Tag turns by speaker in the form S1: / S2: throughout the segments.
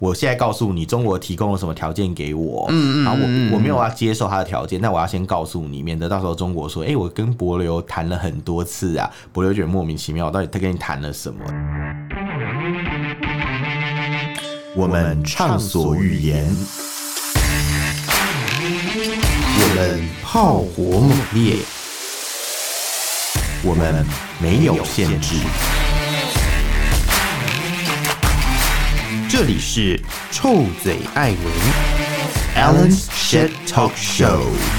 S1: 我现在告诉你中国提供了什么条件给我，然后我没有要接受他的条件，但我要先告诉你，免得到时候中国说，我跟帛琉谈了很多次啊，帛琉觉得莫名其妙，到底他跟你谈了什么？我们畅所欲言，我们炮火猛烈，我们没有限制。这里是臭嘴艾伦 Alan's Shit Talk Show。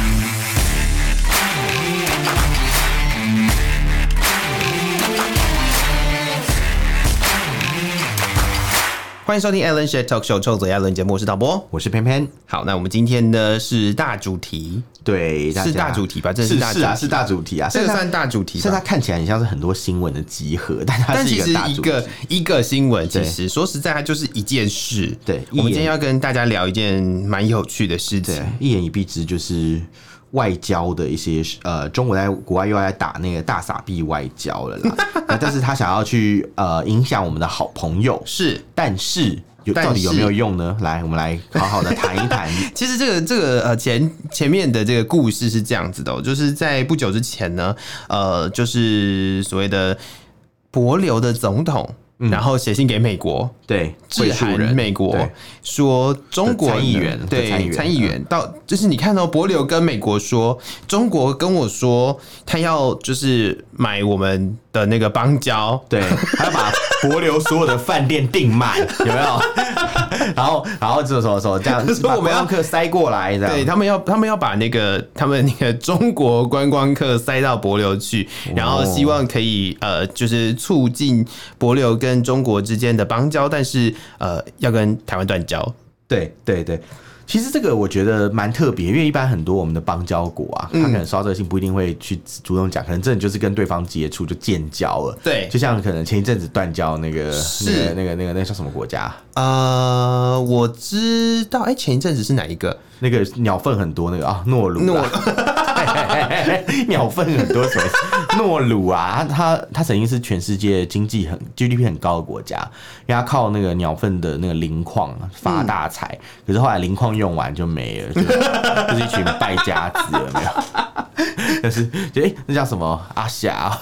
S2: 欢迎收听 Alan Shit Talk Show 臭嘴艾伦节目，我是导播，
S1: 我是偏偏。
S2: 好，那我们今天呢是大主题，
S1: 对，
S2: 是大主题吧？这是大主题，
S1: 是大主题啊，
S2: 这个算大主题吧。
S1: 但它看起来很像是很多新闻的集合，但它是一个大主题。
S2: 一个新闻，其实说实在，它就是一件事。
S1: 对，
S2: 我们今天要跟大家聊一件蛮有趣的事情。
S1: 一言以蔽之，就是外交的一些中国在国外又要打那个大撒币外交了啦。但是他想要去影响我们的好朋友，但是到底有没有用呢？来，我们来好好的谈一谈。
S2: 其实这个前面的这个故事是这样子的，就是在不久之前呢，就是所谓的帛琉的总统。然后写信给美国，
S1: 对，
S2: 致函美国说中国
S1: 参议员，
S2: 对参议员到就是你看到帛琉跟美国说，中国跟我说他要就是买我们的那个邦交，
S1: 对，他要把帛琉所有的饭店订满，有没有？然后这种这样，把观光客塞过来，这样，
S2: 对他们要把他们那个中国观光客塞到帛琉去，然后希望可以就是促进帛琉跟中国之间的邦交，但是要跟台湾断交。
S1: 对。其实这个我觉得蛮特别，因为一般很多我们的邦交国啊，他可能收到这个信不一定会去主动讲，可能真的就是跟对方接触就建交了。
S2: 对，
S1: 就像可能前一阵子断交那个叫什么国家？
S2: 我知道，前一阵子是哪一个？
S1: 那个鸟粪很多那个啊，诺鲁。鸟粪很多什么？诺鲁啊，他曾经是全世界经济GDP 很高的国家，因为他靠那个鸟粪的那个磷矿发大财。可是后来磷矿用完就没了，就是一群败家子，有没有？但是那叫什么阿霞？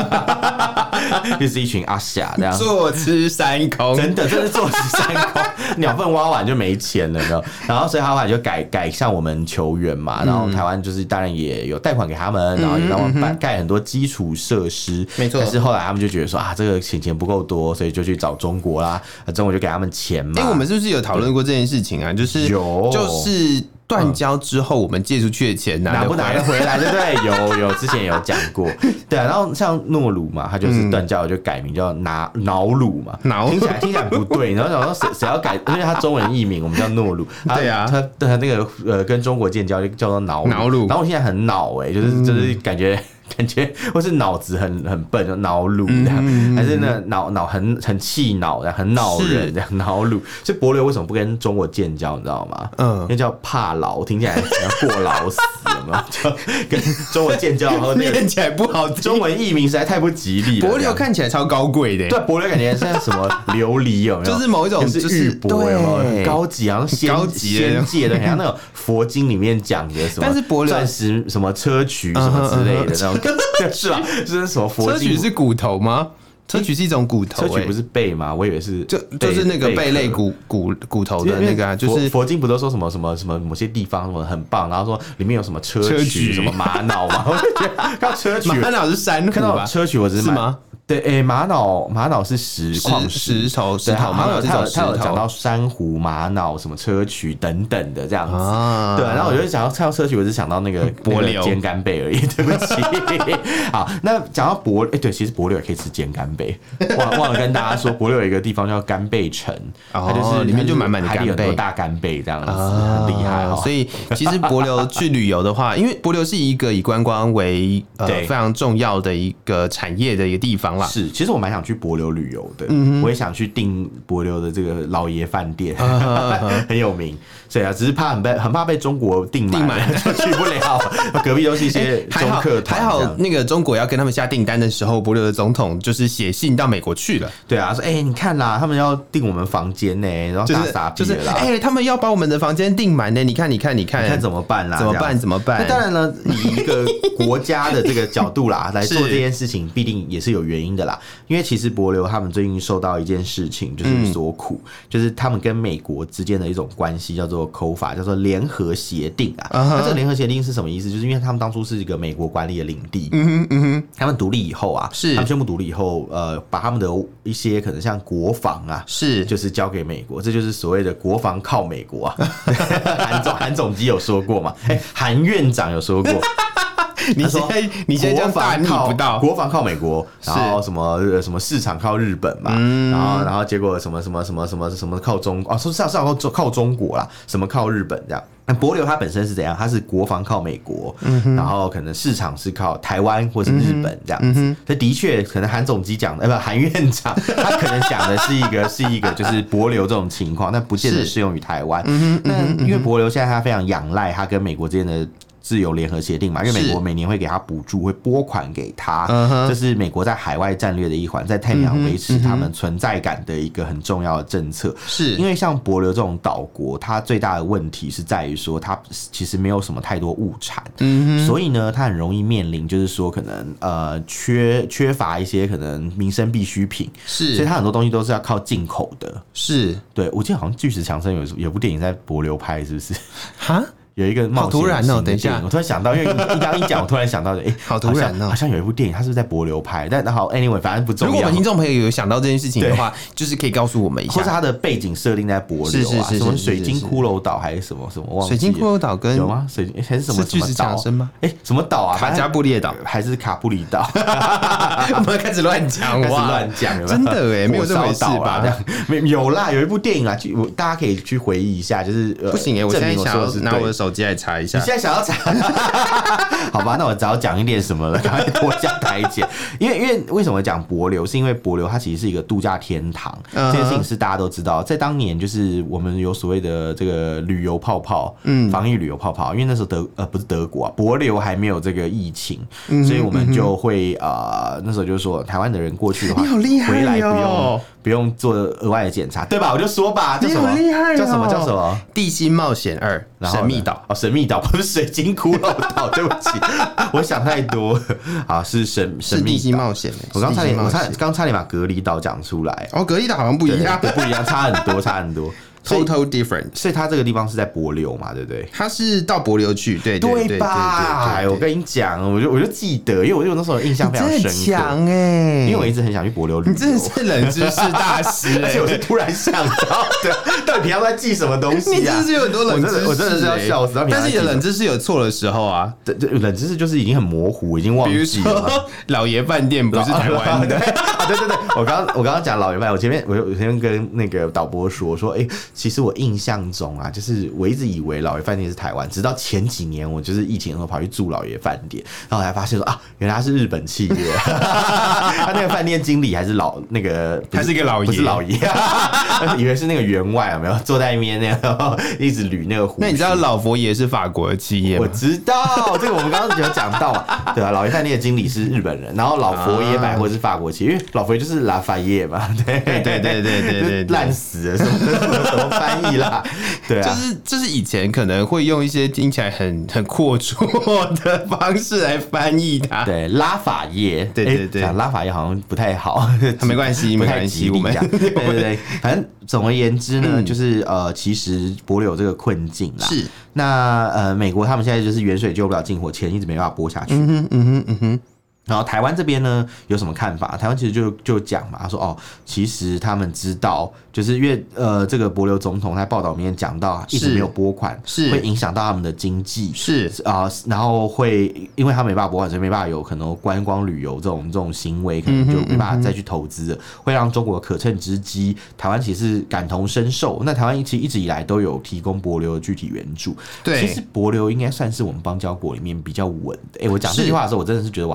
S1: 就是一群阿霞这样
S2: 坐吃山空，
S1: 真的是坐吃山空。鸟粪挖完就没钱了，有没有？然后所以他后来就改向我们求援嘛，然后台湾就是当然也有贷款给他们，然后也让他们盖很多基础设施，
S2: 没错。
S1: 但是后来他们就觉得说这个钱不够多，所以就去找中国啦，中国就给他们钱嘛。
S2: 我们是不是有讨论过这件事情啊？就是断交之后，我们借出去的钱拿
S1: 不拿得回来，对不对？有之前有讲过，对啊。然后像诺鲁嘛，他就是断交就改名叫瑙鲁嘛，听起来不对。然后想说谁要改？因为他中文译名我们叫诺鲁，
S2: 对啊，
S1: 他那个跟中国建交就叫做瑙鲁。然后我现在很恼就是感觉或是脑子很笨，就恼鲁这样，还是那脑很气恼，很恼人这样，恼鲁。所以帛琉为什么不跟中国建交，你知道吗？因为叫怕劳，听起来像过劳死，有没有？就跟中国建交，然后
S2: 念起来不好听，
S1: 中文译名实在太不吉利了。
S2: 帛琉看起来超高贵的，
S1: 对，帛琉感觉像什么琉璃，有没有？
S2: 就是某一种
S1: 就是玉帛，有没有？高级啊，
S2: 高
S1: 级仙界的，很像那种佛经里面讲的什么，
S2: 但是帛琉
S1: 钻石什么砗磲什么之类的那种。是吧？就是什么佛经？
S2: 砗磲是骨头吗？砗磲是一种骨头，
S1: 砗磲不是贝吗？我以为是，
S2: 就是那个贝类骨头的那个，就是
S1: 佛经不都说什么某些地方什么很棒，然后说里面有什么砗磲、什么玛瑙嘛？我就觉得看到砗磲，
S2: 玛瑙是珊瑚吧？
S1: 看到砗磲我只
S2: 是吗？
S1: 对，玛瑙是石头，玛瑙他有讲到珊瑚、玛瑙、什么砗磲等等的这样子，对。然后我就想到看到砗磲，我只想到那个
S2: 帛琉
S1: 煎干贝而已，对不起。好，那讲到对，其实帛琉也可以吃煎干贝，忘了跟大家说，帛琉有一个地方叫干贝城，它就是
S2: 里面就满满的干贝，
S1: 很多大干贝这样子，很厉害。
S2: 所以其实帛琉去旅游的话，因为帛琉是一个以观光为非常重要的一个产业的一个地方。 啦。
S1: 是，其实我蛮想去帛琉旅游的，我也想去订帛琉的这个老爷饭店，很有名。所以啊，只是很怕被中国订满，就去不了。隔壁都是一些中客团，
S2: 还好那个中国要跟他们下订单的时候，帛琉的总统就是写信到美国去了。
S1: 对啊，说你看啦，他们要订我们房间呢，然后大傻逼了啦，
S2: 他们要把我们的房间订满呢，你看
S1: 怎么办啦？
S2: 怎么办？
S1: 那当然了，以一个国家的这个角度啦来做这件事情，必定也是有原因的啦。因为其实帛琉他们最近受到一件事情就是所苦，就是他们跟美国之间的一种关系叫做口法，叫做联合协定啊。那这个联合协定是什么意思？就是因为他们当初是一个美国管理的领地，他们独立以后啊，他们宣布独立以后，把他们的一些可能像国防啊，就是交给美国，这就是所谓的国防靠美国啊。韩总机有说过嘛？韩院长有说过。
S2: 你现在这样大逆不道，
S1: 国防靠美国，然后什么市场靠日本嘛，然后结果什么靠中说是要靠中国啦，什么靠日本这样。那帛琉它本身是怎样？它是国防靠美国，然后可能市场是靠台湾或是日本这样子。这的确可能韩总机讲的，韩院长他可能讲的是一个就是帛琉这种情况，但不见得适用于台湾。那因为帛琉现在他非常仰赖他跟美国之间的自由联合协定嘛，因为美国每年会给他补助，会拨款给他，这是美国在海外战略的一环，在太平洋维持他们存在感的一个很重要的政策。是因为像帛琉这种岛国，它最大的问题是在于说，它其实没有什么太多物产，所以呢，它很容易面临就是说可能缺乏一些可能民生必需品，所以它很多东西都是要靠进口的。对，我记得好像巨石强森有部电影在帛琉拍，是不是？哈？有一个冒险型的电影，等一下，我突然想到，因为你刚一讲，我突然想到，
S2: 好突然
S1: 好像有一部电影，它是不是在帛琉拍？但好 ，anyway， 反正不重要。
S2: 如果我们听众朋友有想到这件事情的话，就是可以告诉我们一下，
S1: 或是它的背景设定在帛琉啊，什么水晶骷髅岛还是什么忘记了？
S2: 水晶骷髅岛跟
S1: 有吗？还是什么
S2: 巨石强森吗？
S1: 什么岛啊？
S2: 卡加布列岛
S1: 还是卡布里岛？
S2: 我们开始乱讲，真的没有这回事吧？
S1: 有啦，有一部电影啊，大家可以去回忆一下，就是
S2: 不行我现在想要拿我的手机来查一下。
S1: 现在想要查，好吧，那我只要讲一点什么了，赶快多加台阶。因为为什么讲帛琉？是因为帛琉它其实是一个度假天堂，这件事情是大家都知道。在当年，就是我们有所谓的这个旅游泡泡，防疫旅游泡泡。因为那时候不是德国啊，帛琉还没有这个疫情，所以我们就会那时候就说，台湾的人过去的话，回来不用做额外的检查，对吧？我就说吧，叫什么？叫什么？
S2: 地心冒险2神秘岛。
S1: 神秘岛不是水晶骷髅岛，对不起，我想太多。好，是神秘
S2: 地心冒险。
S1: 我刚差点把隔离岛讲出来。
S2: 隔离岛好像不一样，
S1: 不一样，差很多。
S2: Total different，
S1: 所以它这个地方是在帛琉嘛，对不对？
S2: 它是到帛琉去，对
S1: 吧？我跟你讲，我就记得，因为我那时候印象非常深刻，因为我一直很想去帛琉旅游。
S2: 你真的是冷知识大师
S1: 而且我是突然想到的。到底平常在记什么东西啊？
S2: 你真是有很多冷知识，
S1: 我真的是要笑死。
S2: 但是你的冷知识有错的时候啊，
S1: 冷知识就是已经很模糊，已经忘记了。
S2: 比如说老爷饭店不是台湾的，
S1: 对，我刚刚讲老爷饭，我前面跟那个导播说，其实我印象中啊，就是我一直以为老爷饭店是台湾，直到前几年我就是疫情的时候跑去住老爷饭店，然后我才发现说原来他是日本企业，他那个饭店经理还是
S2: 他是一个老爷，
S1: 不是老爷，以为是那个员外，有没有坐在那边然后一直捋那个胡须。
S2: 那你知道老佛爷是法国的企业吗？
S1: 我知道，这个我们刚刚有讲到嘛，对啊，老爷饭店的经理是日本人，然后老佛爷百货是法国企业，因为老佛爷就是拉法叶嘛，对，烂死了，什么翻译啦，对啊，
S2: 就是以前可能会用一些听起来很阔绰的方式来翻译它，
S1: 对，拉法叶，对，讲拉法叶好像不太好，
S2: 没关系，我们
S1: 对，反正总而言之呢，就是其实帛琉这个困境啦，是那美国他们现在就是远水救不了近火，钱一直没办法拨下去，然后台湾这边呢有什么看法？台湾其实就讲嘛，他说其实他们知道，就是因为这个帛琉总统在报道里面讲到，一直没有拨款，是会影响到他们的经济，是然后会因为他没办法拨款，所以没办法有可能观光旅游这种行为，可能就没办法再去投资了，会让中国可乘之机。台湾其实感同身受，那台湾其实一直以来都有提供帛琉的具体援助。对，其实帛琉应该算是我们邦交国里面比较稳的。我讲这句话的时候，我真的是觉得我要敲一下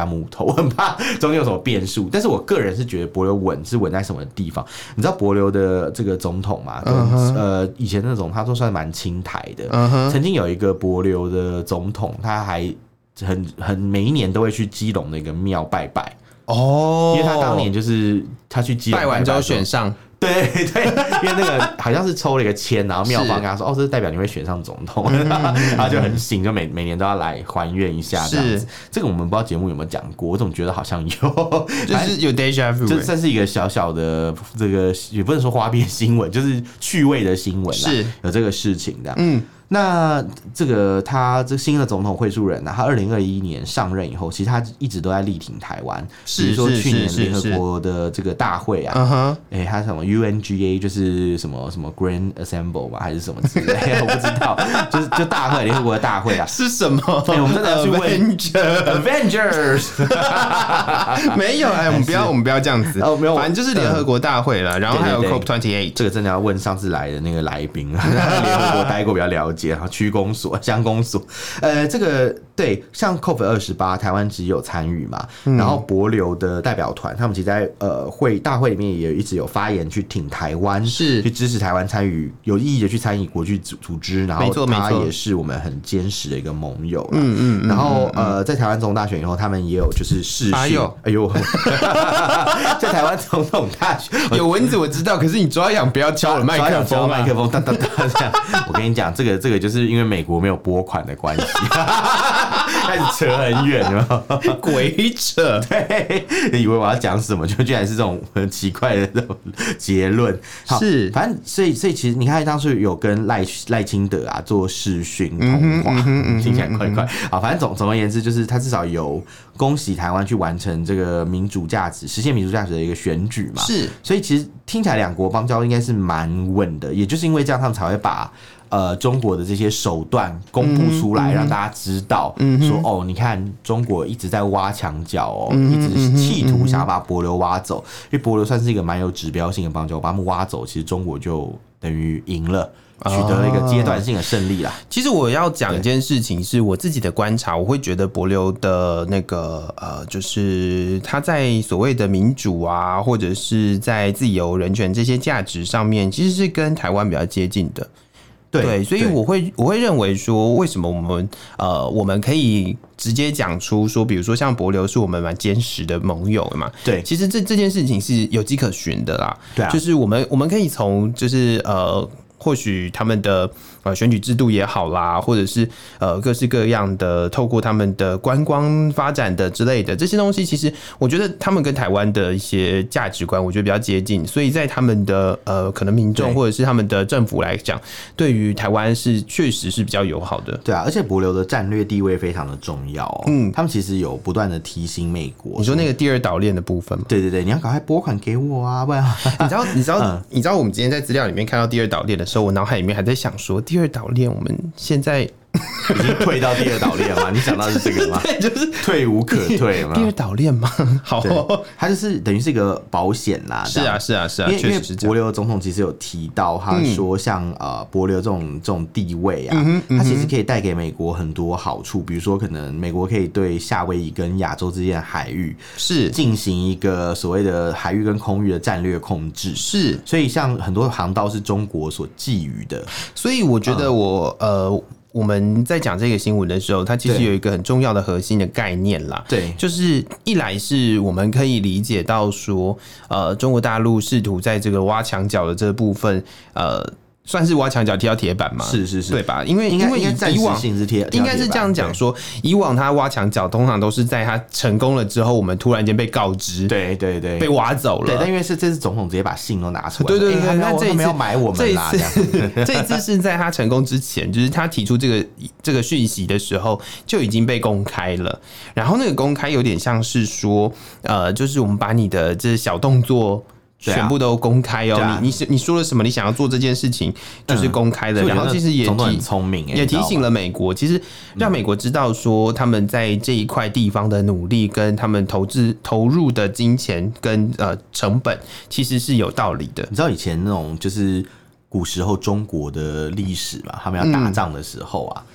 S1: 下木头，我很怕中间有什么变数。但是我个人是觉得帛琉稳是稳在什么地方？你知道帛琉的这个总统嘛？跟以前那种他都算蛮亲台的。曾经有一个帛琉的总统，他还每一年都会去基隆的一个庙拜拜。因为他当年就是他去基隆
S2: 拜完之后选上。
S1: 对对，因为那个好像是抽了一个签，然后庙方跟他说：“哦，这是代表你会选上总统。”他就很醒，就每年都要来还愿一下这样子。这个我们不知道节目有没有讲过，我总觉得好像有，
S2: 就是有 déjà vu，
S1: 就算是一个小小的这个也不能说花边新闻，就是趣味的新闻啦，是有这个事情的。那这个他这新的总统惠淑仁他2021年上任以后，其实他一直都在力挺台湾，比如说去年联合国的这个大会啊，他什么 UNGA 就是什么 Grand Assemble 吧，还是什么之类的，我不知道，就大会联合国的大会啊，
S2: 是什么？
S1: 我们真的要去问 Avengers，
S2: 没有我们不要这样子
S1: 没有，
S2: 反正就是联合国大会了，然后还有 COP28，
S1: 这个真的要问上次来的那个来宾，联合国待过比较了解。区公所、乡公所，这个对，像 COP28， 台湾只有参与嘛，然后帛琉的代表团，他们其实在大会里面也一直有发言去挺台湾，
S2: 是
S1: 去支持台湾参与有意义的去参与国际组织，然后他也是我们很坚实的一个盟友，然后在台湾总统大选以后，他们也有就是视讯，哎呦，在台湾总统大选
S2: 有蚊子我知道，可是你抓痒不要敲了麦克风，
S1: 麦克风哒哒哒这样，我跟你讲，这个就是因为美国没有拨款的关系，开始扯很远了，
S2: 鬼扯。
S1: 对，以为我要讲什么，就居然是这种很奇怪的这种结论。
S2: 是，
S1: 反正所以其实你看，当初有跟赖清德做视讯通话，听起来快快。好，反正总而言之，就是他至少有恭喜台湾去完成这个民主价值、实现民主价值的一个选举嘛。
S2: 是，
S1: 所以其实听起来两国邦交应该是蛮稳的，也就是因为这样，他们才会把中国的这些手段公布出来，让大家知道，说哦，你看中国一直在挖墙脚哦，一直企图想要把帛琉挖走，因为帛琉算是一个蛮有指标性的邦交，把他们挖走，其实中国就等于赢了。取得了一个阶段性的胜利啦。
S2: 其实我要讲一件事情，是我自己的观察，我会觉得帛琉的那个就是他在所谓的民主啊，或者是在自由人权这些价值上面，其实是跟台湾比较接近的。对，所以我会认为说，为什么我们可以直接讲出说，比如说像帛琉是我们蛮坚实的盟友嘛。
S1: 对，
S2: 其实这件事情是有迹可循的啦。
S1: 对啊，
S2: 就是我们可以从就是或许他们的选举制度也好啦，或者是各式各样的透过他们的观光发展的之类的这些东西，其实我觉得他们跟台湾的一些价值观，我觉得比较接近，所以在他们的可能民众或者是他们的政府来讲，对于台湾是确实是比较友好的。
S1: 对啊，而且帛琉的战略地位非常的重要哦。他们其实有不断的提醒美国。
S2: 你说那个第二岛链的部分吗？
S1: 对对对，你要赶快拨款给我啊，不然
S2: 你知道我们今天在资料里面看到第二岛链的时候，我脑海里面还在想说，第二岛链我们现在
S1: 已经退到第二岛链了吗？你想到是这个吗？
S2: 对，就是
S1: 退无可退嘛。
S2: 第二岛链吗？好，
S1: 它就是等于是一个保险啦。
S2: 是啊，是啊，是啊，
S1: 因为帛琉总统其实有提到，他说像帛琉这种地位啊，它其实可以带给美国很多好处，比如说可能美国可以对夏威夷跟亚洲之间的海域
S2: 是进
S1: 行一个所谓的海域跟空域的战略控制，
S2: 是。
S1: 所以像很多航道是中国所觊觎的，
S2: 所以我觉得我们在讲这个新闻的时候，它其实有一个很重要的核心的概念啦。
S1: 对，
S2: 就是一来是我们可以理解到说，中国大陆试图在这个挖墙脚的这部分，算是挖墙脚踢到铁板嘛？
S1: 是是是，
S2: 对吧？因为以往应该是这样讲说，以往他挖墙脚通常都是在他成功了之后，我们突然间被告知，
S1: 对对对，
S2: 被挖走了。
S1: 对，但因为这次总统直接把信都拿出来，
S2: 对对对，
S1: 那这一次要买我们啦，
S2: 这一次是在他成功之前，就是他提出这个讯息的时候就已经被公开了。然后那个公开有点像是说，就是我们把你的这小动作全部都公开哦，你说了什么？你想要做这件事情就是公开的，然后其实也
S1: 很聪明，
S2: 也提醒了美国，其实让美国知道说他们在这一块地方的努力跟他们投入的金钱跟成本其实是有道理的。
S1: 你知道以前那种就是古时候中国的历史嘛，他们要打仗的时候啊。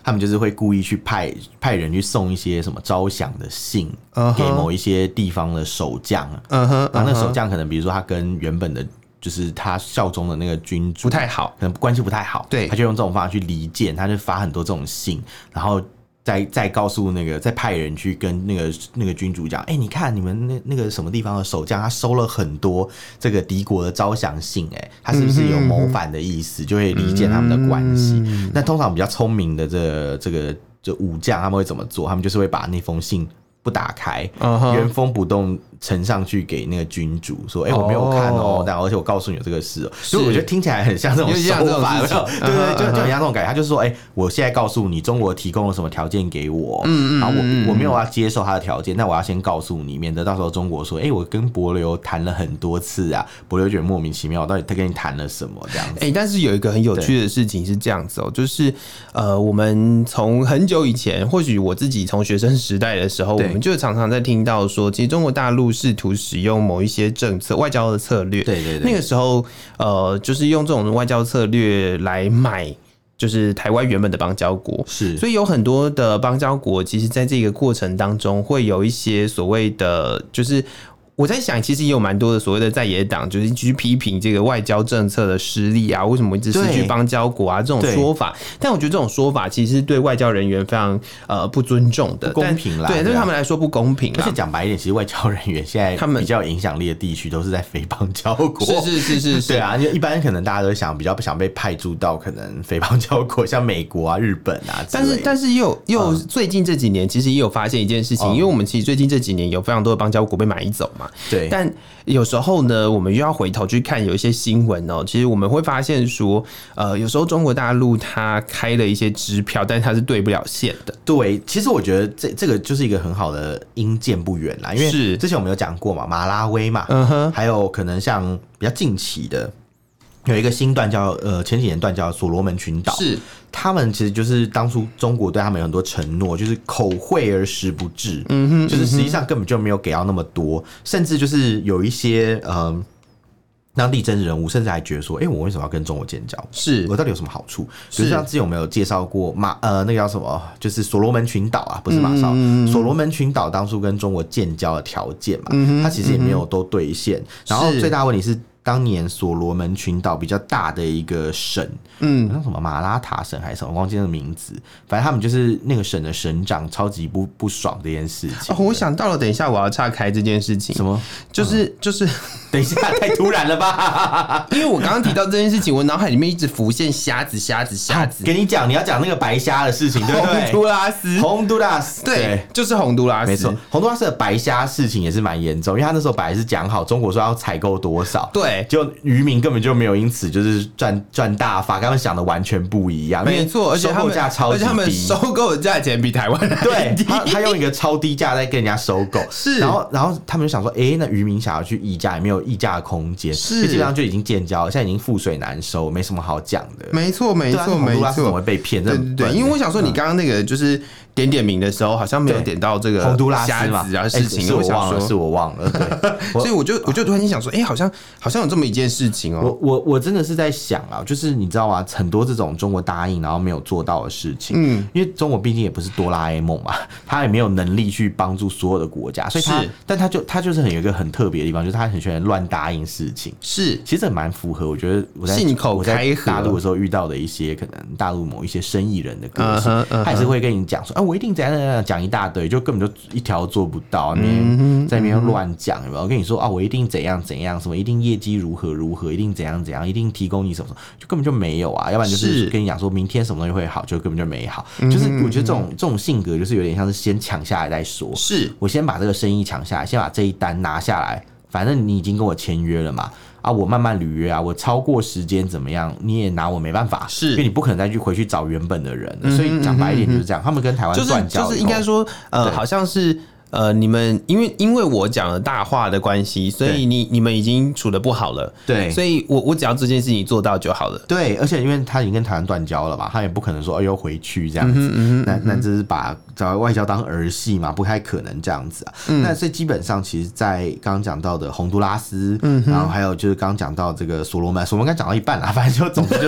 S1: 他们就是会故意去派人去送一些什么招降的信给某一些地方的守将，然后那守将可能比如说他跟原本的就是他效忠的那个君主
S2: 不太好，
S1: 可能关系不太好，
S2: 对，
S1: 他就用这种方法去离间，他就发很多这种信，然后再告诉那个，再派人去跟那个君主讲，你看你们那个什么地方的守将，他收了很多这个敌国的招降信，他是不是有谋反的意思，就会离间他们的关系。那通常比较聪明的这武将，他们会怎么做？他们就是会把那封信不打开，原封不动呈上去给那个君主说，我没有看但而且我告诉你有这个事所以我觉得听起来很像这种手法，对，就很像这种感觉。他就是说，我现在告诉你，中国提供了什么条件给我，然后我没有要接受他的条件，那我要先告诉你，免得到时候中国说，我跟帛琉谈了很多次啊，帛琉觉得莫名其妙，到底他跟你谈了什么这样子。
S2: 但是有一个很有趣的事情是这样子就是我们从很久以前，或许我自己从学生时代的时候，我们就常常在听到说，其实中国大陆试图使用某一些政策、外交的策略，
S1: 对，
S2: 那个时候就是用这种外交策略来买。就是台湾原本的邦交国，
S1: 是，
S2: 所以有很多的邦交国，其实在这个过程当中，会有一些所谓的，就是我在想，其实也有蛮多的所谓的在野党，就是去批评这个外交政策的失利啊，为什么一直失去邦交国啊这种说法。但我觉得这种说法其实是对外交人员非常不尊重的，
S1: 不公平啦。
S2: 对他们来说不公平啦。
S1: 而且讲白一点，其实外交人员现在他们比较有影响力的地区都是在非邦交国，
S2: 是，
S1: 对啊，一般可能大家都比较不想被派驻到可能非邦交国，像美国啊、日本啊之类的。
S2: 但是又最近这几年，其实也有发现一件事情，因为我们其实最近这几年有非常多的邦交国被买走嘛。
S1: 对，
S2: 但有时候呢，我们又要回头去看有一些新闻其实我们会发现说，有时候中国大陆它开了一些支票，但是它是兑不了现的。
S1: 对，其实我觉得这个就是一个很好的因见不远啦，因为之前我们有讲过嘛，马拉威嘛，还有可能像比较近期的。有一个新断交，前几年断交所罗门群岛，
S2: 是
S1: 他们其实就是当初中国对他们有很多承诺，就是口惠而实不至，就是实际上根本就没有给到那么多，甚至就是有一些当地政治人物甚至还觉得说，我为什么要跟中国建交？
S2: 是
S1: 我到底有什么好处？比如像之前我们有介绍过那个叫什么，就是所罗门群岛啊，不是马绍，所罗门群岛当初跟中国建交的条件嘛，它其实也没有都兑现，然后最大的问题是。当年所罗门群岛比较大的一个省，好像什么马拉塔省还是什么，我忘记那个名字。反正他们就是那个省的省长超级不爽这件事情。
S2: 我想到了，等一下我要岔开这件事情。
S1: 什么？
S2: 就是，
S1: 等一下，太突然了吧？
S2: 因为我刚刚提到这件事情，我脑海里面一直浮现虾子。
S1: 跟你讲，你要讲那个白虾的事情，对不对？洪都拉斯，
S2: 对，就是洪都拉斯，
S1: 没错。洪都拉斯的白虾事情也是蛮严重，因为他那时候本来是讲好中国说要采购多少，
S2: 对。
S1: 就渔民根本就没有因此就是赚大发，跟他们想的完全不一样。
S2: 没错，而且
S1: 收购价超级低，
S2: 而且他们收购的价钱比台湾还
S1: 低。对，他用一个超低价在跟人家收购，
S2: 是。
S1: 然后他们就想说，那渔民想要去议价，也没有议价的空间，
S2: 是。
S1: 基本上就已经建交了，现在已经覆水难收，没什么好讲的。
S2: 没错，
S1: 洪都拉斯怎么会被骗？
S2: 对，因为我想说，你刚刚那个就是点名的时候，好像没有点到这个
S1: 洪都拉斯
S2: 嘛事情，
S1: 是我忘了，对。
S2: 所以我就突然间想说，好像有这么一件事情
S1: 我真的是在想啊，就是你知道吗？很多这种中国答应然后没有做到的事情，因为中国毕竟也不是哆啦 A 梦嘛，他也没有能力去帮助所有的国家，所以但他就是有一个很特别的地方，就是他很喜欢乱答应事情，
S2: 是，
S1: 其实蛮符合我觉得我在
S2: 信口开河
S1: 大陆的时候遇到的一些可能大陆某一些生意人的个性，他也是会跟你讲说，我一定怎样讲一大堆，就根本就一条做不到，在那边乱讲，有没有？我跟你说我一定怎样怎样，什么一定业绩如何如何，一定怎样怎样，一定提供你什么什么，就根本就没有啊，要不然就是跟你讲说明天什么东西会好，就根本就没好。就是我觉得这种性格就是有点像是先抢下来再说，
S2: 是我
S1: 先把这个生意抢下来，先把这一单拿下来，反正你已经跟我签约了嘛。我慢慢履约啊，我超过时间怎么样，你也拿我没办法，
S2: 是
S1: 因为你不可能再去回去找原本的人，所以讲白一点就是这样。他们跟台湾断交，
S2: 就是应该说，好像是。你们因为我讲了大话的关系，所以你们已经处得不好了，
S1: 对，
S2: 所以我只要这件事情做到就好了，
S1: 对，而且因为他已经跟台湾断交了嘛，他也不可能说又回去这样子，那这是把外交当儿戏嘛，不太可能这样子啊。那所以基本上，其实，在刚刚讲到的洪都拉斯，然后还有就是刚刚讲到这个所罗门刚讲到一半啦，反正就总之就是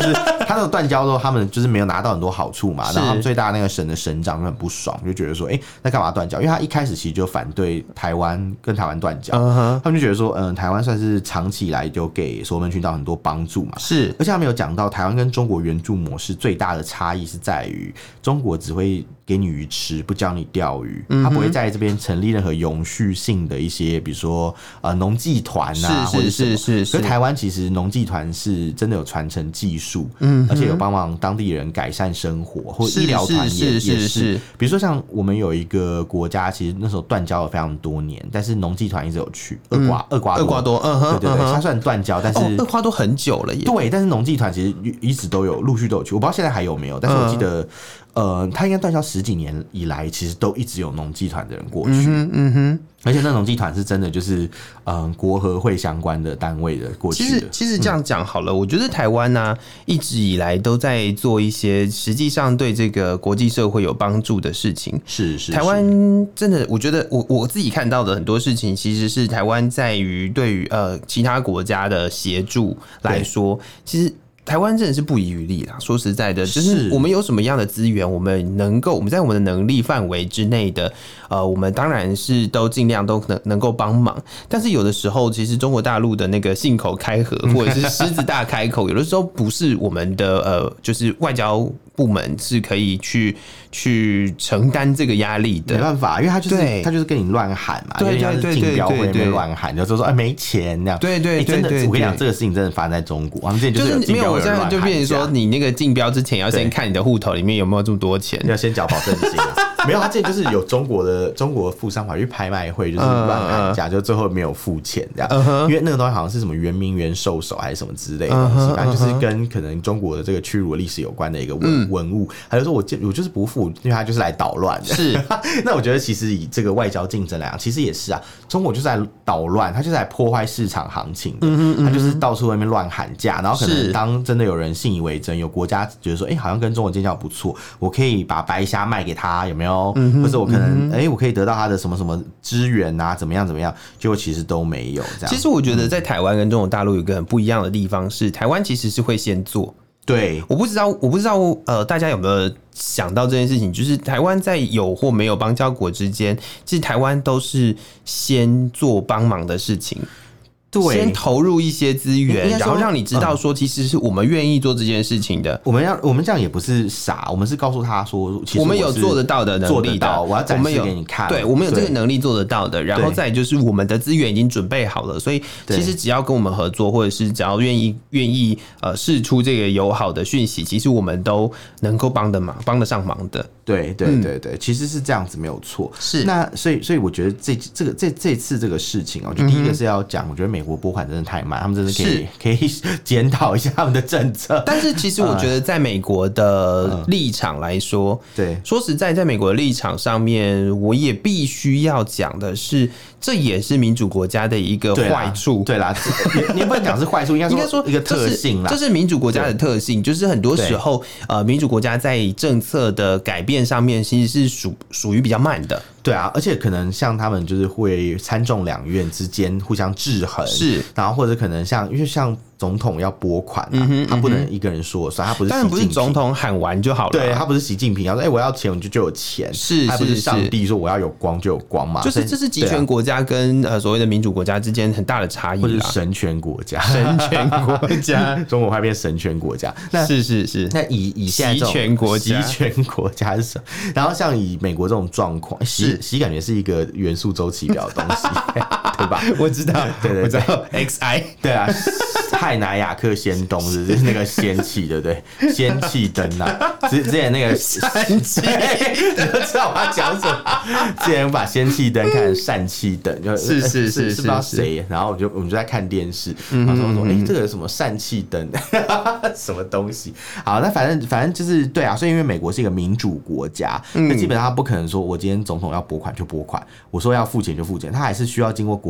S1: 他那个断交之后，他们就是没有拿到很多好处嘛，然后他们最大那个省的省长就很不爽，就觉得说，那干嘛断交？因为他一开始其实就反对台湾跟台湾断交，他们就觉得说，台湾算是长期以来就给所罗门群岛很多帮助嘛，
S2: 是，
S1: 而且他们有讲到台湾跟中国援助模式最大的差异是在于，中国只会给你鱼吃，不教你钓鱼，他不会在这边成立任何永续性的一些，比如说农技团啊，或者是可是台湾其实农技团是真的有传承技术，而且有帮忙当地人改善生活，或医疗团也是。比如说像我们有一个国家，其实那时候断交了非常多年，但是农技团一直有去厄瓜多，对，它虽然断交，但是
S2: 厄瓜多很久了耶。
S1: 对，但是农技团其实一直都有陆续都有去，我不知道现在还有没有，但是我记得。他应该断交10几年以来，其实都一直有农技团的人过去，而且那农技团是真的就是国合会相关的单位的过去的。
S2: 其实这样讲好了，我觉得台湾呢一直以来都在做一些实际上对这个国际社会有帮助的事情。
S1: 是
S2: 台湾真的，我觉得我自己看到的很多事情，其实是台湾在于对于其他国家的协助来说，其实。台湾真的是不遗余力啦，说实在的，就是我们有什么样的资源，我们在我们的能力范围之内的，我们当然是都尽量都能够帮忙。但是有的时候，其实中国大陆的那个信口开河，或者是狮子大开口，有的时候不是我们的就是外交部门是可以去承担这个压力的。
S1: 没办法，因为他就是跟你乱喊嘛，对，竞标会面乱喊，就说没钱这样。
S2: 对，
S1: 真的，我跟你讲，这个事情真的发生在中国，他们之前就是有竞标会乱喊，
S2: 就变成说，你那个竞标之前要先看你的户头里面有没有这么多钱，
S1: 要先缴保证金。没有，他之前就是有中国富商跑去拍卖会，就是乱喊价，就最后没有付钱这样。因为那个东西好像是什么圆明园兽首还是什么之类的东西，反正就是跟可能中国的这个屈辱的历史有关的一个文物。他就说我就是不付，因为他就是来捣乱的。
S2: 是，
S1: 那我觉得其实以这个外交竞争来讲，其实也是啊，中国就是来捣乱，他就是来破坏市场行情的。他就是到处外面乱喊价，然后可能当真的有人信以为真，有国家觉得说，好像跟中国建交不错，我可以把白虾卖给他，有没有？或者我可能我可以得到他的什么什么资源啊，怎么样，结果其实都没有这样。
S2: 其实我觉得在台湾跟中国大陆有一个很不一样的地方是，台湾其实是会先做。
S1: 对，
S2: 我不知道大家有没有想到这件事情，就是台湾在有或没有邦交国之间，其实台湾都是先做帮忙的事情。对，先投入一些资源，然后让你知道说，其实是我们愿意做这件事情的。
S1: 我们这样也不是傻，我们是告诉他说，其实
S2: 我们有做得到的能力的，
S1: 我要展示给你看。
S2: 对，我们有这个能力做得到的。然后再来就是我们的资源已经准备好了，所以其实只要跟我们合作，或者是只要愿意释出这个友好的讯息，其实我们都能够帮得上忙的。
S1: 对，其实是这样子没有错。
S2: 是
S1: 那所以我觉得这次这个事情我觉得第一个是要讲，我觉得美国拨款真的太慢，他们真的可以检讨一下他们的政策。
S2: 但是其实我觉得在美国的立场来说，
S1: 对，
S2: 说实在，在美国的立场上面，我也必须要讲的是，这也是民主国家的一个坏处。
S1: 对啦，你不能讲是坏处，应该说一个特性啦。
S2: 这是民主国家的特性，就是很多时候民主国家在政策的改变上面其实是属于比较慢的。
S1: 对啊，而且可能像他们就是会参众两院之间互相制衡，
S2: 是，
S1: 然后或者可能因为像总统要拨款他不能一个人说了算，他不是
S2: 当然不是总统喊完就好了，
S1: 对，他不是习近平，他说我要钱我就有钱，他不是上帝说我要有光就有光嘛，
S2: 就是这是集权国家跟所谓的民主国家之间很大的差异，
S1: 或者神权国家，中国会变神权国家，
S2: 是，
S1: 那以现在这种
S2: 集权国
S1: 家是什么？然后像以美国这种状况，习感觉是一个元素周期表的东西，对吧？
S2: 我知道，
S1: 对，
S2: 我知道 XI，
S1: 对啊，氦氖氩氪氙氡就是那个氙气，对不对？氙气灯啊，之前那个
S2: 氙气，
S1: 你都知道我要讲什么？之前把氙气灯看成疝气灯，就是不知道谁，然后我们就在看电视，然后说这个什么疝气灯，什么东西？好，那反正就是对啊，所以因为美国是一个民主国家，那基本上他不可能说我今天总统要拨款就拨款，我说要付钱就付钱，他还是需要经过国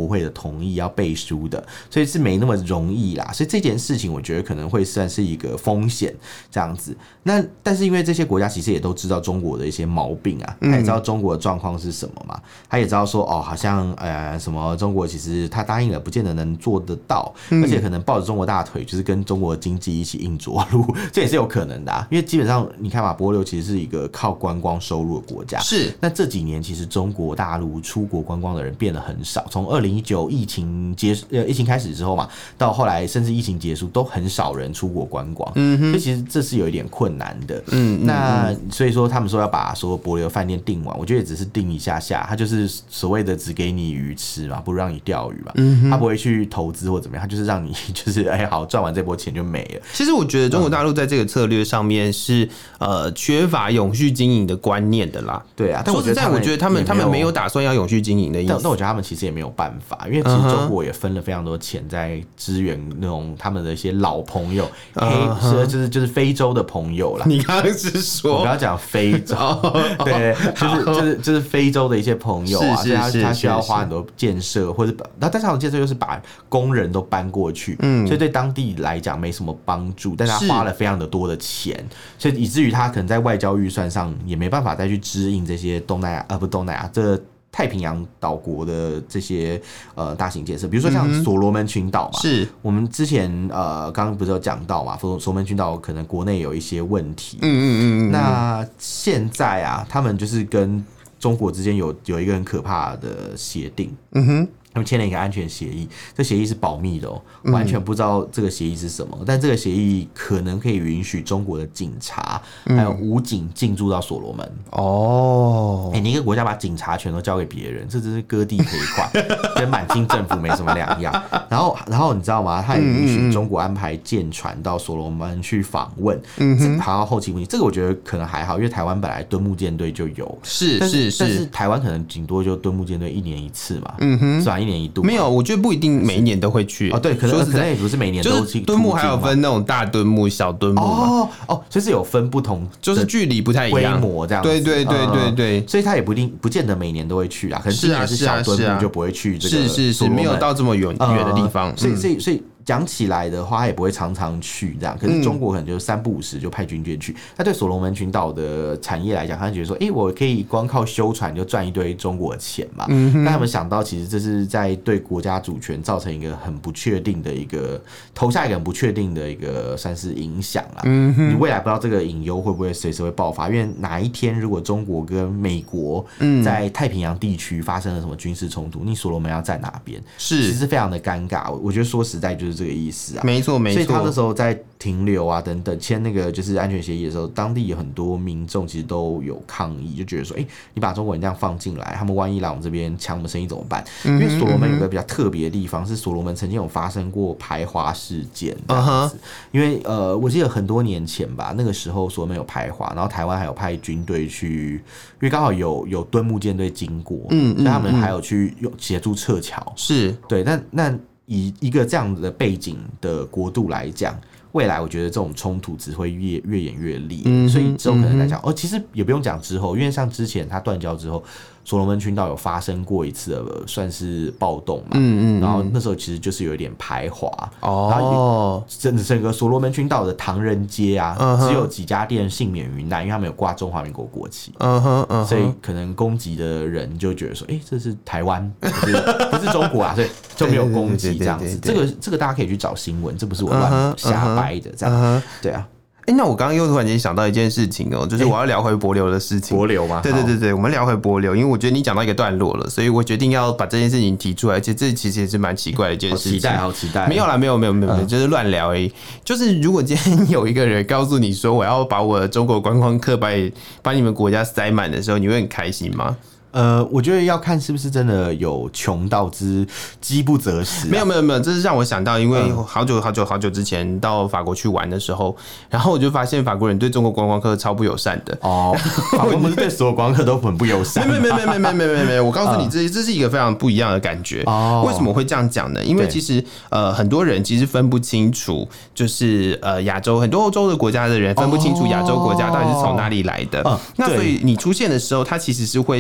S1: 国会的同意要背书的，所以是没那么容易啦。所以这件事情我觉得可能会算是一个风险这样子。那但是因为这些国家其实也都知道中国的一些毛病啊，他也知道中国的状况是什么嘛，他也知道说好像什么中国其实他答应了不见得能做得到，而且可能抱着中国大腿就是跟中国的经济一起硬着陆，这也是有可能的啊。因为基本上你看嘛，帛琉其实是一个靠观光收入的国家，
S2: 是。
S1: 那这几年其实中国大陆出国观光的人变得很少，从2019疫情开始之后嘛，到后来甚至疫情结束都很少人出国观光，所以其实这是有一点困难的。那所以说他们说要把所有帛琉饭店订完，我觉得也只是订一下下，他就是所谓的只给你鱼吃嘛，不让你钓鱼嘛，他不会去投资或怎么样，他就是让你就是好赚完这波钱就没了。
S2: 其实我觉得中国大陆在这个策略上面是缺乏永续经营的观念的啦。
S1: 对啊，但
S2: 说实在，我觉得他们没有打算要永续经营的意思。
S1: 但我觉得他们其实也没有办法，因为其实中国也分了非常多钱在支援那种他们的一些老朋友，就是非洲的朋友啦。
S2: 你刚刚是说
S1: 我刚刚讲非洲，对，就是非洲的一些朋友啊，所以他需要花很多建设，或者但是他的建设又是把工人都搬过去，所以对当地来讲没什么帮助，但他花了非常的多的钱，所以以至于他可能在外交预算上也没办法再去支应这些东南亚不东南亚这太平洋岛国的这些大型建设，比如说像所罗门群岛嘛，
S2: 是
S1: 我们之前刚刚不是有讲到嘛，所罗门群岛可能国内有一些问题，那现在啊，他们就是跟中国之间有一个很可怕的协定，他们签了一个安全协议，这协议是保密的完全不知道这个协议是什么，但这个协议可能可以允许中国的警察还有武警进驻到所罗门。你一个国家把警察权都交给别人，这真是割地赔款，跟满清政府没什么两样。然后你知道吗？他也允许中国安排舰船到所罗门去访问，爬到后期问题，这个我觉得可能还好，因为台湾本来敦睦舰队就有，但是台湾可能顶多就敦睦舰队1年1次嘛，是吧？1年1度
S2: 没有，我觉得不一定每一年都会去。
S1: 对，可能也不是每年都去。
S2: 敦睦还有分那种大敦睦、小敦睦
S1: 就是有分不同，
S2: 就是距离不太一样，
S1: 规模这样子。
S2: 对，
S1: 所以他也不见得每年都会去啦，可能今年是小敦睦就不会去这个，
S2: 是没有到这么远的地方，
S1: 所以。讲起来的话，他也不会常常去这样。可是中国可能就3不5时就派军舰去。那对所罗门群岛的产业来讲，他觉得说，我可以光靠修船就赚一堆中国的钱嘛。但他们想到，其实这是在对国家主权造成一个很不确定的投下一个很不确定的一个算是影响啦。你未来不知道这个隐忧会不会随时会爆发，因为哪一天如果中国跟美国在太平洋地区发生了什么军事冲突，你所罗门要在哪边？其实非常的尴尬。我觉得说实在就是这个意思啊，
S2: 没错。
S1: 所以他那时候在停留啊等等签那个就是安全协议的时候，当地有很多民众其实都有抗议，就觉得说，你把中国人这样放进来，他们万一来我们这边抢我们生意怎么办？因为所罗门有个比较特别的地方，是所罗门曾经有发生过排华事件这样子。因为我记得很多年前吧，那个时候所罗门有排华，然后台湾还有派军队去，因为刚好有敦睦舰队经过，所以他们还有去协助撤侨。是对，那以一个这样的背景的国度来讲，未来我觉得这种冲突只会越演越烈，所以之后可能来讲，其实也不用讲之后，因为像之前他断交之后，所罗门群岛有发生过一次的算是暴动嘛，然后那时候其实就是有一点排华，然后整个所罗门群岛的唐人街啊，只有几家店幸免于难，因为他们有挂中华民国国旗，所以可能攻击的人就觉得说，这是台湾，不是中国啊，所以就没有攻击这样子。这个大家可以去找新闻，这不是我乱瞎掰的，这样对啊。
S2: 那我刚刚又突然间想到一件事情就是我要聊回帛琉的事情。
S1: 帛琉吗？
S2: 对，我们聊回帛琉，因为我觉得你讲到一个段落了，所以我决定要把这件事情提出来。而且这其实也是蛮奇怪的一件事情。
S1: 好期待！
S2: 没有啦，没有，就是乱聊而已。就是如果今天有一个人告诉你说我要把我的中国观光客把你们国家塞满的时候，你会很开心吗？
S1: 我觉得要看是不是真的有穷到饥不择食。
S2: 没有，这是让我想到，因为好久之前到法国去玩的时候，然后我就发现法国人对中国观光客超不友善的。
S1: 法国不是对所有观光客都很不友善？
S2: 没，我告诉你，这是一个非常不一样的感觉。为什么会这样讲呢？因为其实很多人其实分不清楚，就是亚洲很多欧洲的国家的人分不清楚亚洲国家到底是从哪里来的。那所以你出现的时候，他其实是会先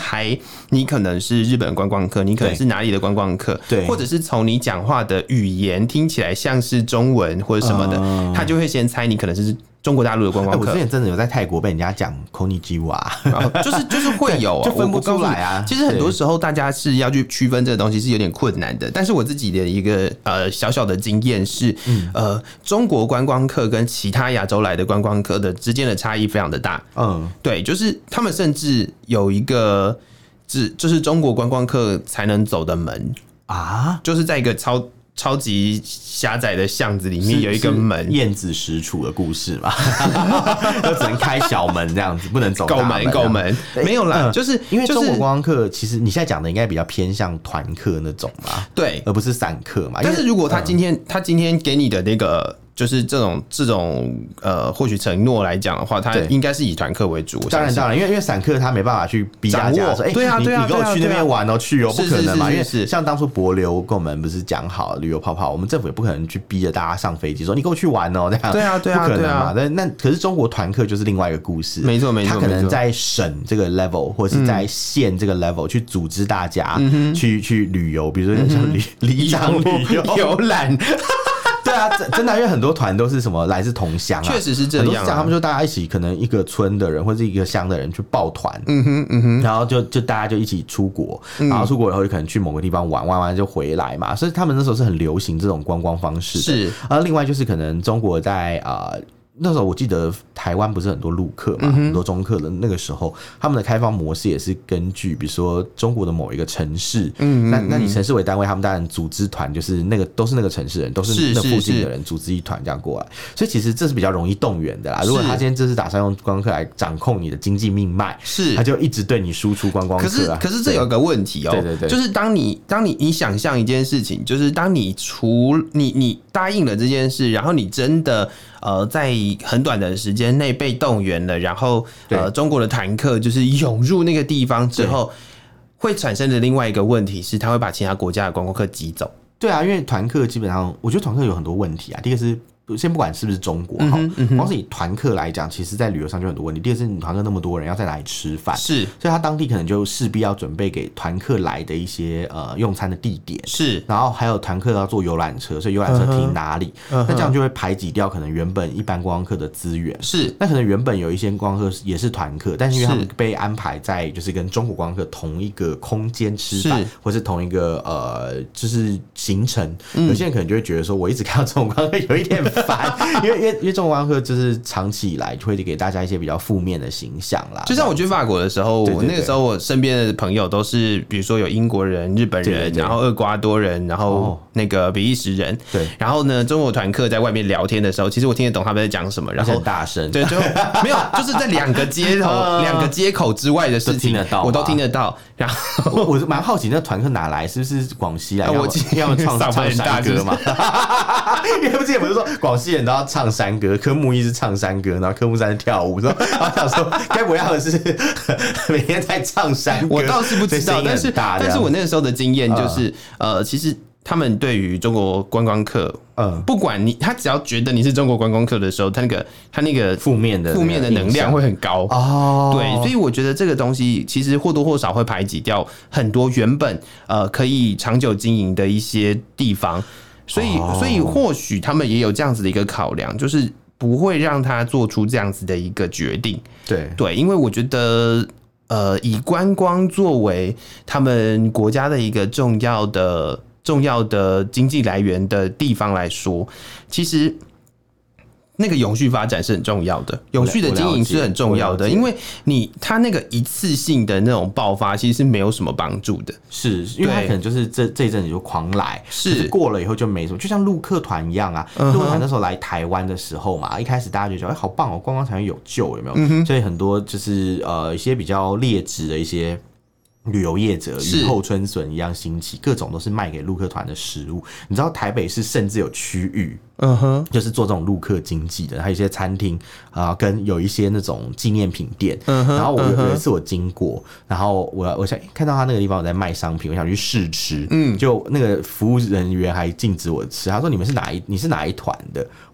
S2: 猜你可能是日本观光客，你可能是哪里的观光客，
S1: 对，
S2: 或者是从你讲话的语言听起来像是中文或者什么的，他就会先猜你可能是中国大陆的观光客。
S1: 我之前真的有在泰国被人家讲 Konnichiwa，
S2: 就是会有、啊，
S1: 就分不出来啊。
S2: 其实很多时候大家是要去区分这个东西是有点困难的，但是我自己的一个小小的经验是，中国观光客跟其他亚洲来的观光客的之间的差异非常的大。对，就是他们甚至有一个就是中国观光客才能走的门啊，就是在一个超级狭窄的巷子里面有一个门，
S1: 晏子使楚的故事嘛，就只能开小门这样子，不能走大门。
S2: 够门没有啦，就是
S1: 因为中国观光客，其实你现在讲的应该比较偏向团客那种嘛，
S2: 对，
S1: 而不是散客嘛。
S2: 但是如果他今天给你的那个。就是这种或许承诺来讲的话，他应该是以团客为主。
S1: 当然，因为散客他没办法去逼大家说，
S2: 对啊，
S1: 你跟我去那边玩哦，去哦，不可能嘛。因
S2: 为
S1: 像当初帛琉跟我们不是讲好旅游泡泡，我们政府也不可能去逼着大家上飞机说你跟我去玩哦，这样
S2: 对啊，
S1: 不可能嘛。那可是中国团客就是另外一个故事，
S2: 没错，
S1: 他可能在省这个 level 或是在县这个 level 去组织大家去旅游，比如说像里长旅游
S2: 游览。
S1: 对啊，真的，因为很多团都是什么来自同乡啊，
S2: 确实是这样、
S1: 他们就大家一起，可能一个村的人或者一个乡的人去报团，然后就大家就一起出国，然后出国以后就可能去某个地方玩完就回来嘛，所以他们那时候是很流行这种观光方式的。
S2: 是，
S1: 另外就是可能中国在那时候我记得台湾不是很多陆客嘛，很多中客的那个时候，他们的开放模式也是根据比如说中国的某一个城市，那以城市为单位，他们当然组织团就是都是那个城市人，都是那附近的人组织一团这样过来，所以其实这是比较容易动员的啦。如果他今天这是打算用观光客来掌控你的经济命脉，
S2: 是
S1: 他就一直对你输出观光客啊。
S2: 可是这有个问题哦，
S1: 对，
S2: 就是当你想象一件事情，就是当你你答应了这件事，然后你真的在很短的时间内被动员了，然后中国的团客就是涌入那个地方之后，会产生的另外一个问题是，他会把其他国家的观光客挤走。
S1: 对啊，因为团客基本上，我觉得团客有很多问题啊。第一个是先不管是不是中国，光是以团客来讲，其实在旅游上就很多问题。第二是你团客那么多人，要在哪里吃饭？是，所以他当地可能就势必要准备给团客来的一些用餐的地点。是，然后还有团客要坐游览车，所以游览车停哪里？那这样就会排挤掉可能原本一般观光客的资源。是，那可能原本有一些观光客也是团客，但是因为他们被安排在就是跟中国观光客同一个空间吃饭，或是同一个就是行程，有些人可能就会觉得说，我一直看到中国观光客有一点烦，因为中国观光客就是长期以来会给大家一些比较负面的形象啦。
S2: 就像我去法国的时候，我那个时候我身边的朋友都是，比如说有英国人、日本人，然后厄瓜多人，然后那个比利时人。对。然后呢，中国团客在外面聊天的时候，其实我听得懂他们在讲什么，然后
S1: 很大声。
S2: 对，就没有，就是在两个街口之外的事情，我都听得到。然后
S1: 我蛮好奇，那团客哪来？是不是广西来？我要唱山歌嘛？因为之前不是说广西人都要唱山歌，科目一是唱山歌，然后科目三是跳舞。然后想说，该不要的是每天在唱山歌？
S2: 我倒是不知道，但是我那个时候的经验就是，其实他们对于中国观光客，不管他只要觉得你是中国观光客的时候，他那个负面的能量会很高哦。对，所以我觉得这个东西其实或多或少会排挤掉很多原本可以长久经营的一些地方。所以或许他们也有这样子的一个考量，就是不会让他做出这样子的一个决定。对，因为我觉得以观光作为他们国家的一个重要的经济来源的地方来说，其实那个永续发展是很重要的，永续的经营是很重要的，因为它那个一次性的那种爆发，其实是没有什么帮助的。是
S1: 因为它可能就是这一阵子就狂来，是过了以后就没什么，就像陆客团一样啊。陆客团那时候来台湾的时候嘛，一开始大家就觉得好棒哦，观光产业有救，有没有？所以很多就是一些比较劣质的一些旅游业者雨后春笋一样兴起，各种都是卖给陆客团的食物。你知道台北市甚至有区域，就是做这种陆客经济的，还有一些餐厅跟有一些那种纪念品店。然后我有一次我经过，然后我想看到他那个地方有在卖商品，我想去试吃，就那个服务人员还禁止我吃，他说你是哪一团的？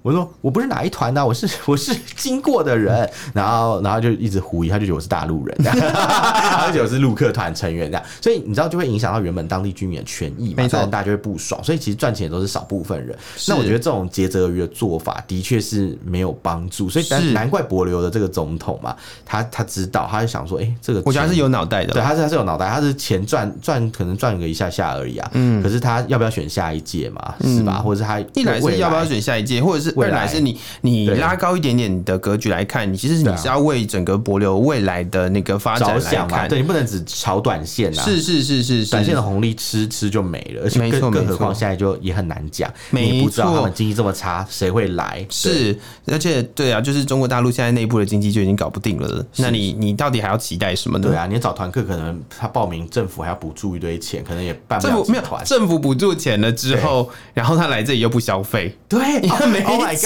S1: 我说我不是哪一团的，我是经过的人，然后就一直狐疑，他就觉得我是大陆人，他就觉得我是陆客团成员这样，所以你知道就会影响到原本当地居民的权益嘛，当然大家就会不爽，所以其实赚钱都是少部分人。那我觉得这种竭泽而渔的做法的确是没有帮助，所以难怪帛琉的这个总统嘛，他知道，他就想说，这个
S2: 我觉得他是有脑袋的，
S1: 对，他是有脑袋，他是钱赚可能赚个一下下而已啊，可是他要不要选下一届嘛，是吧？或者是他
S2: 一来是要不要选下一届，或者是二来是你拉高一点点的格局来看，你其实你是要为整个帛琉未来的那个发展来看，
S1: 对，你不能只炒短线啊，
S2: 是，
S1: 短线的红利吃就没了，而且更何况现在就也很难讲，你也不知道他们经济这么差，谁会来？
S2: 是，而且对啊，就是中国大陆现在内部的经济就已经搞不定了，那你到底还要期待什么呢？
S1: 对啊，你找团客可能他报名，政府还要补助一堆钱，可能也办不了几团。
S2: 政府补助钱了之后，然后他来这里又不消费，
S1: 对，
S2: 因为没钱。
S1: Oh my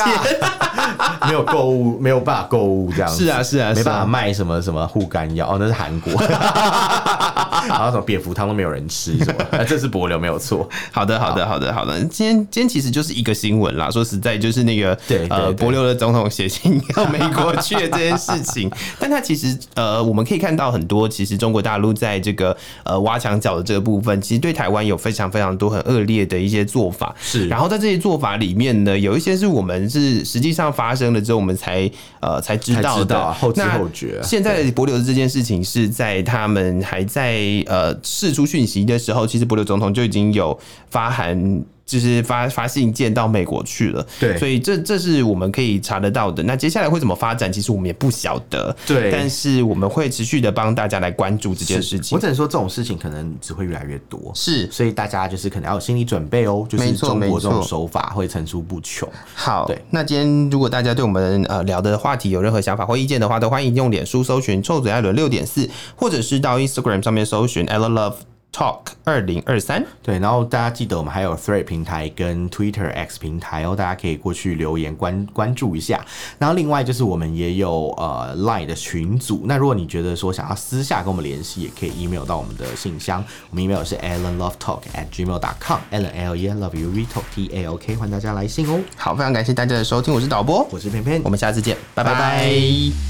S1: god， 没有购物，没有办法购物这样子。
S2: 是啊，
S1: 没办法卖什么护肝药，那是韩国。然后什么蝙蝠汤都没有人吃，什么？这是帛琉没有错。
S2: 好的。今天其实就是一个新闻啦，说实在就是那个帛琉的总统写信到美国去的这件事情，但他其实我们可以看到很多，其实中国大陆在这个挖墙脚的这个部分，其实对台湾有非常非常多很恶劣的一些做法。
S1: 是，
S2: 然后在这些做法里面呢，有一些是我们是实际上发生了之后，我们才知道的，
S1: 后知后觉。
S2: 现在帛琉的这件事情是在他们还在释出讯息的时候，其实帛琉总统就已经有发函。就是发信件到美国去了，
S1: 对，
S2: 所以这是我们可以查得到的。那接下来会怎么发展，其实我们也不晓得，
S1: 对。
S2: 但是我们会持续的帮大家来关注这件事情。
S1: 我只能说，这种事情可能只会越来越多，
S2: 是，
S1: 所以大家就是可能要有心理准备哦，就是中国这种手法会层出不穷。
S2: 好，对。那今天如果大家对我们聊的话题有任何想法或意见的话，都欢迎用脸书搜寻臭嘴艾伦6.4，或者是到 Instagram 上面搜寻 EllaLoveTalk 2023，对，
S1: 然后大家记得我们还有 Thread 平台跟 Twitter X 平台哦，大家可以过去留言关注一下。然后另外就是我们也有Line 的群组，那如果你觉得说想要私下跟我们联系，也可以 email 到我们的信箱，我们 email 是 allenlovetalk@gmail.com allenlovetalk.talk， 欢迎大家来信哦。
S2: 好，非常感谢大家的收听，我是导播，
S1: 我是偏偏，
S2: 我们下次见，拜拜。